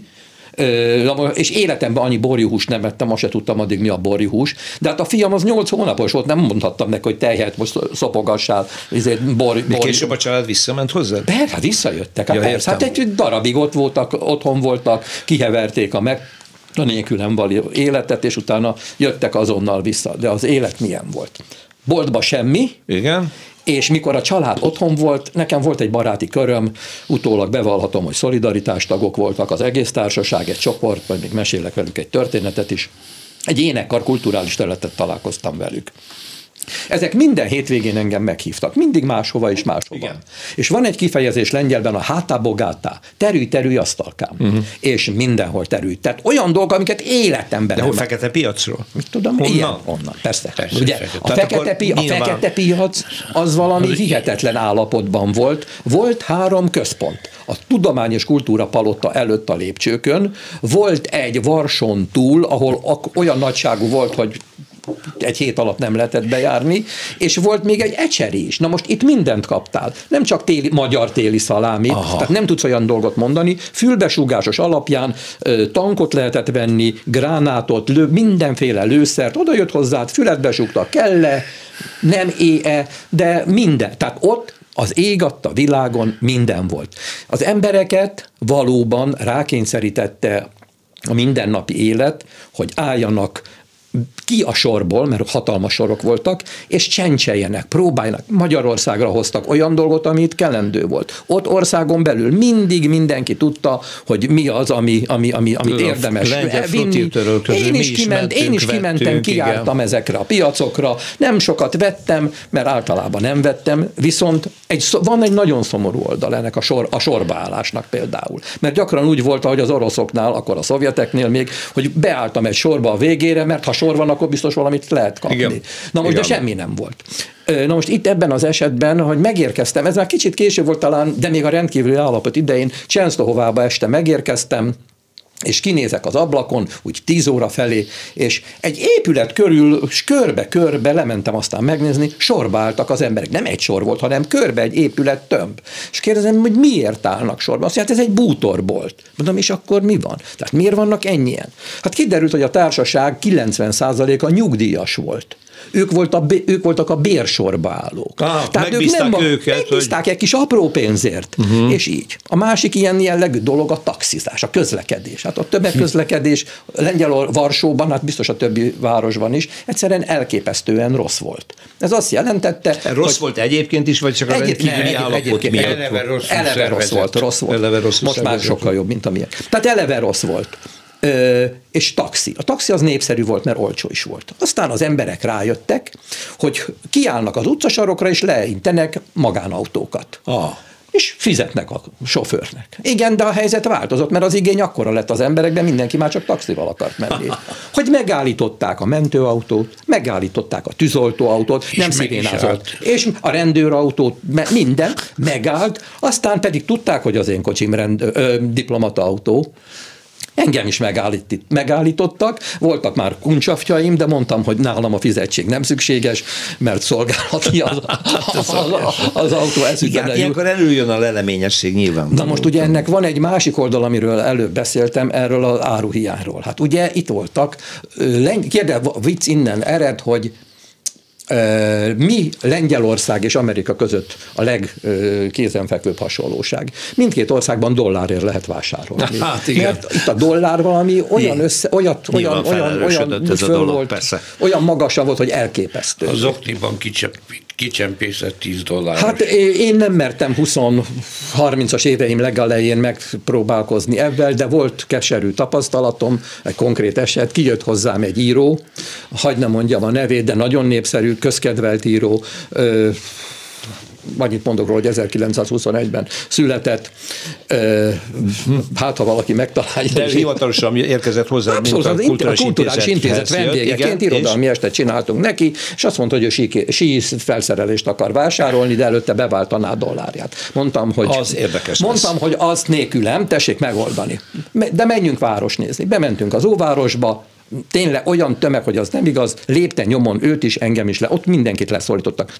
és életemben annyi borjuhúst nem vettem, azt se tudtam addig, mi a borjuhús. De hát a fiam az 8 hónapos volt, nem mondhattam neki, hogy tejet most szopogassál. Később a család visszament hozzá? Hát visszajöttek. Hát egy darabig ott voltak, otthon voltak, kiheverték a a nélkülem való életet, és utána jöttek azonnal vissza. De az élet milyen volt? Boltba semmi, Igen. és mikor a család otthon volt, nekem volt egy baráti köröm, utólag bevallhatom, hogy szolidaritástagok voltak, az egész társaság, egy csoport, vagy még mesélek velük egy történetet is. Egy énekkar, kulturális területet találkoztam velük. Ezek minden hétvégén engem meghívtak, mindig máshova és máshova. Igen. És van egy kifejezés lengyelben, a hátá bogátá, terülj asztalkám, és mindenhol terülj. Tehát olyan dolgok, amiket életemben... De hol fekete piacról? Mit tudom? Honnan? Onnan, persze. Ugye, a fekete piac az valami hihetetlen állapotban volt. Volt 3 központ. A Tudományos Kultúra Palota előtt a lépcsőkön, volt egy Varson túl, ahol olyan nagyságú volt, hogy egy hét alatt nem lehetett bejárni, és volt még egy ecseri is. Na most itt mindent kaptál. Nem csak magyar téli szalámit, tehát nem tudsz olyan dolgot mondani, fülbesúgásos alapján tankot lehetett venni, gránátot, mindenféle lőszert, oda jött hozzád, füledbe súgta, kell-e, nem é-e, de minden. Tehát ott az ég adta világon minden volt. Az embereket valóban rákényszerítette a mindennapi élet, hogy álljanak ki a sorból, mert hatalmas sorok voltak, és csencseljenek, próbáljanak. Magyarországra hoztak olyan dolgot, ami itt kellendő volt. Ott országon belül mindig mindenki tudta, hogy mi az, amit érdemes vinni. Én is kimentem, kiálltam ezekre a piacokra, nem sokat vettem, mert általában nem vettem, viszont van egy nagyon szomorú oldal ennek a sorbaállásnak például. Mert gyakran úgy volt, ahogy az oroszoknál, akkor a szovjeteknél még, hogy beálltam egy sorba a végére, mert ha sor van, akkor biztos valamit lehet kapni. Igen. Na most, igen. De semmi nem volt. Na most itt ebben az esetben, hogy megérkeztem, ez már kicsit később volt talán, de még a rendkívüli állapot idején Csensztohovába este megérkeztem, és kinézek az ablakon, úgy 10 óra felé, és egy épület körül, körbe-körbe lementem aztán megnézni, sorba álltak az emberek. Nem egy sor volt, hanem körbe egy épület tömb. És kérdezem, hogy miért állnak sorba? Azt mondja, hát ez egy bútorbolt. Mondom, és akkor mi van? Tehát miért vannak ennyien? Hát kiderült, hogy a társaság 90%-a nyugdíjas volt. Ők voltak a bérsorba állók. Tehát megbízták egy kis apró pénzért. És így. A másik ilyen jellegű dolog a taxizás, a közlekedés. Hát a tömegközlekedés Varsóban, hát biztos a többi városban is, egyszerűen elképesztően rossz volt. Ez azt jelentette, rossz volt egyébként is, vagy csak a rendkívüli állapot miatt? Eleve rossz volt. Most már sokkal jobb, mint amilyen. Tehát eleve rossz volt. És taxi. A taxi az népszerű volt, mert olcsó is volt. Aztán az emberek rájöttek, hogy kiállnak az utcasarokra, és leintenek magánautókat. És fizetnek a sofőrnek. Igen, de a helyzet változott, mert az igény akkora lett az emberekben, mindenki már csak taxival akart menni. Hogy megállították a mentőautót, megállították a tűzoltóautót, nem szirénázott. És a rendőrautót, minden megállt, aztán pedig tudták, hogy az én kocsim diplomata-autó. Engem is megállítottak, voltak már kuncsaftjaim, de mondtam, hogy nálam a fizetség nem szükséges, mert szolgálati az autó eszükben. Igen, ilyenkor előjön a leleményesség nyilván. Na most ugye ennek van egy másik oldal, amiről előbb beszéltem, erről az áruhiányról. Hát ugye itt voltak, vicc innen ered, hogy mi Lengyelország és Amerika között a legkézenfekvőbb hasonlóság. Mindkét országban dollárért lehet vásárolni. Hát igen. Mert itt a dollár valami olyan föl volt, persze. Olyan magasabb volt, hogy elképesztő. Az Okniban kicsempészett $10. Hát én nem mertem 20-30-as éveim legelején megpróbálkozni ebben, de volt keserű tapasztalatom, egy konkrét eset, kijött hozzám egy író, hadd ne mondjam a nevét, de nagyon népszerű, közkedvelt író, annyit mondok róla, hogy 1921-ben született, hát ha valaki megtalálja. De hivatalosan érkezett hozzá, mint a Kulturális Intézet vendégeként irodalmi estet csináltunk neki, és azt mondta, hogy ő sí felszerelést akar vásárolni, de előtte beváltaná a dollárját. Mondtam, hogy azt nélkülem, tessék megoldani. De menjünk város nézni. Bementünk az óvárosba, tényleg olyan tömeg, hogy az nem igaz, lépte nyomon őt is, engem is ott mindenkit leszólítottak.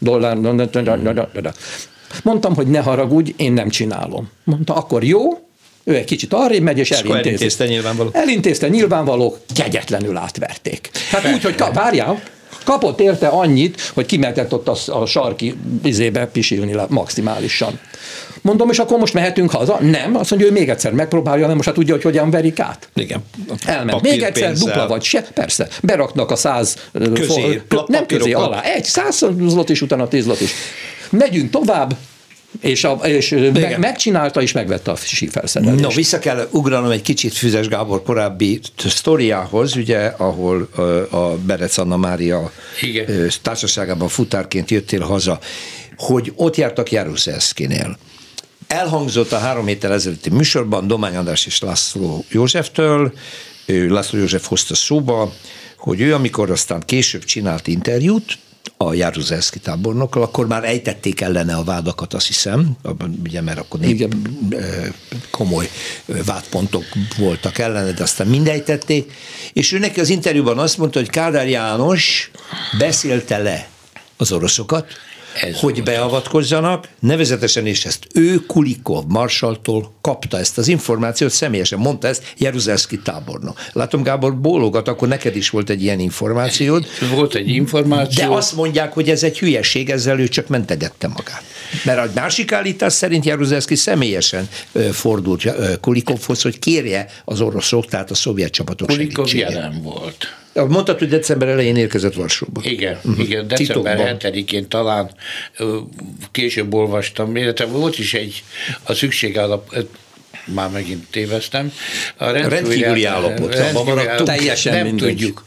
Mondtam, hogy ne haragudj, én nem csinálom. Mondta, akkor jó, ő egy kicsit arrébb megy, és elintézte nyilvánvaló. Elintézte nyilvánvaló, kegyetlenül átverték. Hát úgy, hogy várjál, Kapott érte annyit, hogy kimehetett ott a sarki vizébe pisilni maximálisan. Mondom, és akkor most mehetünk haza? Nem, azt mondja, hogy még egyszer megpróbálja, mert most hát tudja, hogy hogyan verik át. Igen. Elment. Még egyszer, dupla vagy se, persze. Beraknak a 100 közé, nem közé, alá. 100 zlot is, utána 10 zlot is. Megyünk tovább, és megcsinálta, és megvette a sífelszerelést. No, vissza kell ugranom egy kicsit Füzes Gábor korábbi sztoriához, ugye, ahol a Berec Anna Mária társaságában futárként jöttél haza, hogy ott jártak Jaruzelszkinél. Elhangzott a 3 héttel ezelőtti műsorban Domány András és László Józseftől, László József hozta szóba, hogy ő, amikor aztán később csinált interjút a Jaruzelszki tábornokkal, akkor már ejtették ellene a vádakat, azt hiszem, ugye, mert akkor komoly vádpontok voltak ellene, de aztán mindejtették, és ő neki az interjúban azt mondta, hogy Kádár János beszélte le az oroszokat, hogy beavatkozzanak, nevezetesen, és ezt ő Kulikov marsaltól kapta ezt az információt, személyesen mondta ezt Jaruzelszki tábornok. Látom, Gábor bólogat, akkor neked is volt egy ilyen információd. Volt egy információ. De azt mondják, hogy ez egy hülyeség, ezzel ő csak mentegette magát. Mert a másik állítás szerint Jaruzelszki személyesen fordult Kulikovhoz, hogy kérje az oroszok, tehát a szovjet csapatok Kulikov segítségét. jelen volt. Mondtad, hogy december elején érkezett Varsóba. Igen, igen, december 7-én talán később olvastam, illetve volt is a szükségállapot, már megint téveztem. A rendkívüli állapot. Teljesen nem mindegy. tudjuk.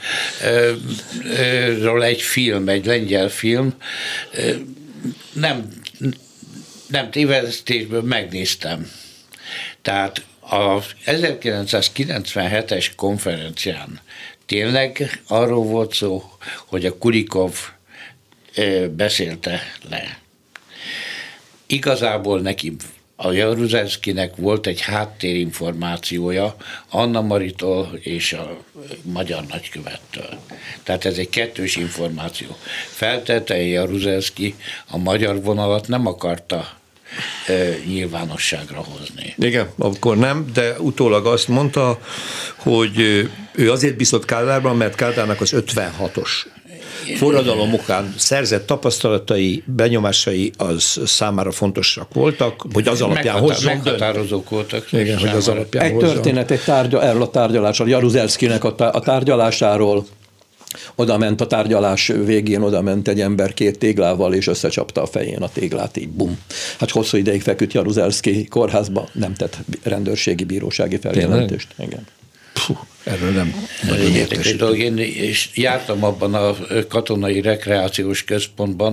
Ról egy film, egy lengyel film, nem tévesztésből megnéztem. Tehát a 1997-es konferencián tényleg arról volt szó, hogy a Kulikov beszélte le. Igazából neki, a Jaruzelszkinek volt egy háttérinformációja Anna Maritól és a magyar nagykövettől. Tehát ez egy kettős információ. Feltette Jaruzelszki a magyar vonalat nem akarta nyilvánosságra hozni. Igen, akkor nem, de utólag azt mondta, hogy ő azért bízott Kádárban, mert Kádárnak az 56-os forradalom okán szerzett tapasztalatai, benyomásai az számára fontosak voltak, hogy az alapján hozzon. Meghatározók voltak. Igen, hogy az alapján egy történet, erről a tárgyalásról, Jaruzelszkinek a tárgyalásáról. Oda ment a tárgyalás végén, oda ment egy ember 2 téglával, és összecsapta a fején a téglát, így bum. Hát hosszú ideig feküdt Jaruzelszki kórházba, nem tett rendőrségi, bírósági feljelentést. Igen. Erről nem nagyon érdekes dolog. Én és jártam abban a katonai rekreációs központban,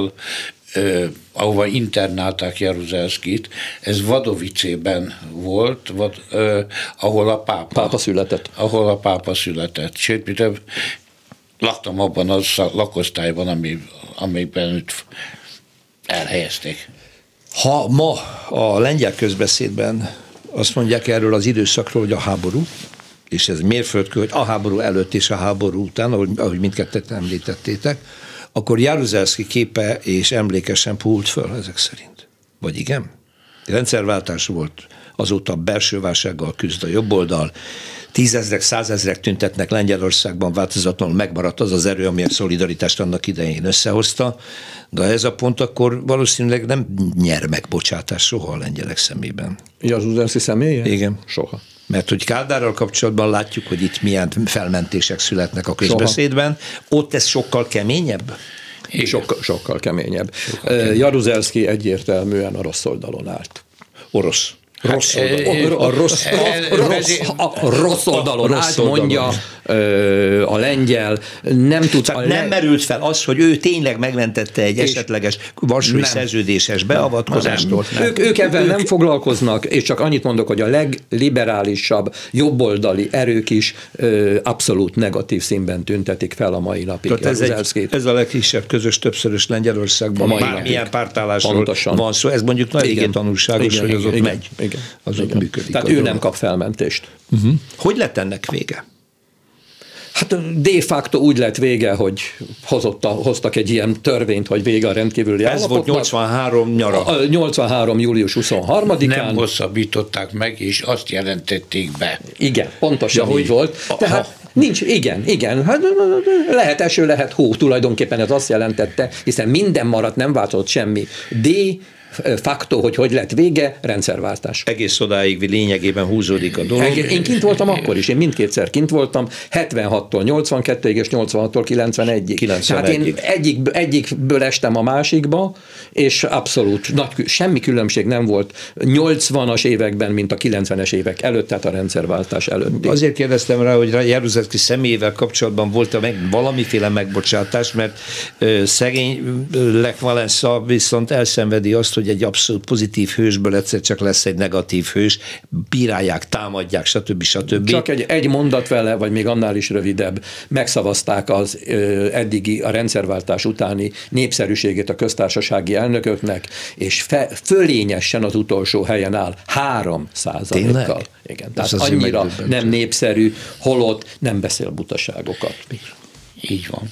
ahova internálták Jaruzelszkit. Ez Vadovicében volt, ahol a pápa született. Ahol a pápa született. Sőt, laktam abban a lakosztályban, amiben őt elhelyezték. Ha ma a lengyel közbeszédben azt mondják erről az időszakról, hogy a háború, és ez mérföldkő, hogy a háború előtt és a háború után, ahogy mindkettőt említettétek, akkor Jaruzelszki képe és emlékesen pult föl ezek szerint. Vagy igen? Rendszerváltás volt, azóta belső válsággal küzd a jobboldal, 10 000-ek, 100 000-ek tüntetnek Lengyelországban, változatlanul megmaradt az az erő, ami a szolidaritást annak idején összehozta, de ez a pont akkor valószínűleg nem nyer megbocsátás soha a lengyelek szemében. Jaruzelszki személye? Igen. Soha. Mert hogy Kádárral kapcsolatban látjuk, hogy itt milyen felmentések születnek a közbeszédben, ott ez sokkal keményebb? Sokkal keményebb. Jaruzelszki egyértelműen a rossz oldalon állt. Orosz. A rossz oldalon állt, mondja a lengyel, nem tud... Nem merült fel az, hogy ő tényleg megmentette egy esetleges varsói szerződéses beavatkozástól. Ők ebben nem foglalkoznak, és csak annyit mondok, hogy a legliberálisabb jobboldali erők is abszolút negatív színben tüntetik fel a mai napig. Ez a legkisebb közös többszörös Lengyelországban, bármilyen pártállásról van szó, ez mondjuk nagy régi tanulságos, hogy az ott megy. Az ott működik. Tehát ő nem kap felmentést. Hogy lett ennek vége? Hát de facto úgy lett vége, hogy hoztak egy ilyen törvényt, hogy vége a rendkívüli állapotnak. Ez volt 83 nyara. 83. július 23-án. Nem hosszabbították meg, és azt jelentették be. Igen, pontosan így volt. Tehát Nincs, igen. Hát lehet eső, lehet hó, tulajdonképpen ez azt jelentette, hiszen minden maradt, nem változott semmi. Facto, hogy lett vége, rendszerváltás. Egész odáig lényegében húzódik a dolog. Én kint voltam akkor is, én mindkétszer kint voltam, 76-tól 82-ig és 86-tól 91-ig. Tehát én egyikből estem a másikba, és abszolút semmi különbség nem volt 80-as években, mint a 90-es évek előtt, tehát a rendszerváltás előtt. Azért kérdeztem rá, hogy Jaruzelszky személyével kapcsolatban volt valamiféle megbocsátás, mert szegény Lech Wałęsa viszont elszenvedi azt, hogy egy abszolút pozitív hősből egyszer csak lesz egy negatív hős, bírálják, támadják, stb. Csak egy mondat vele, vagy még annál is rövidebb, megszavazták az eddigi, a rendszerváltás utáni népszerűségét a köztársasági elnököknek, és fölényesen az utolsó helyen áll 3%-kal. Igen, tehát annyira nem népszerű, holott nem beszél butaságokat. Így van.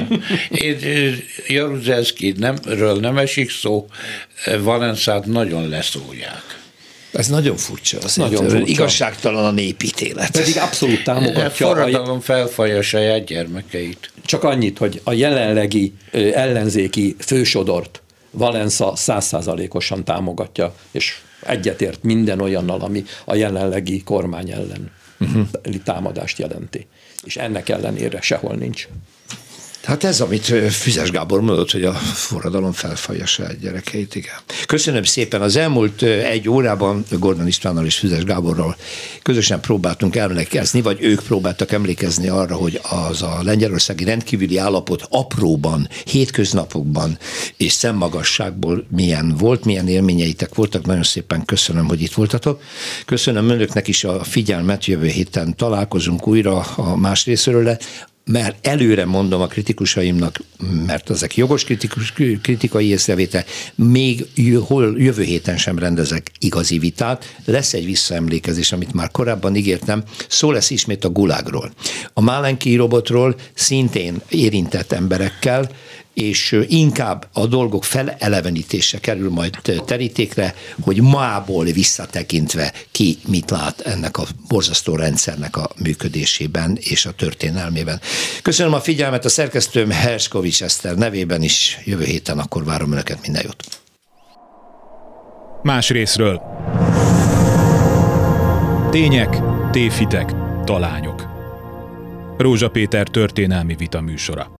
Jaruzelszkyről nem esik szó, Wałęsát nagyon leszólják. Ez nagyon furcsa. Nagyon furcsa. Igazságtalan a népítélet. Pedig abszolút támogatja. A forradalom felfalja saját gyermekeit. Csak annyit, hogy a jelenlegi ellenzéki fősodort Wałęsa 100%-osan támogatja, és egyetért minden olyannal, ami a jelenlegi kormány ellen támadást jelenti. És ennek ellenére sehol nincs. Hát ez, amit Füzes Gábor mondott, hogy a forradalom felfalja saját gyerekeit, igen. Köszönöm szépen. Az elmúlt egy órában Gordon Istvánnal és Füzes Gáborral közösen próbáltunk emlékezni, vagy ők próbáltak emlékezni arra, hogy az a lengyelországi rendkívüli állapot apróban, hétköznapokban és szemmagasságból milyen volt, milyen élményeitek voltak. Nagyon szépen köszönöm, hogy itt voltatok. Köszönöm önöknek is a figyelmet, jövő héten találkozunk újra a más részről, mert előre mondom a kritikusaimnak, mert ezek jogos kritikai észrevétel, még jövő héten sem rendezek igazi vitát, lesz egy visszaemlékezés, amit már korábban ígértem, szó lesz ismét a Gulagról. A Málenki robotról szintén érintett emberekkel, és inkább a dolgok felelevenítése kerül majd terítékre, hogy mából visszatekintve ki mit lát ennek a borzasztó rendszernek a működésében és a történelmében. Köszönöm a figyelmet, a szerkesztőm Herskovics Eszter nevében is. Jövő héten akkor várom önöket, minden jót. Más részről. Tények, tévhitek, talányok. Rózsa Péter történelmi vita műsora.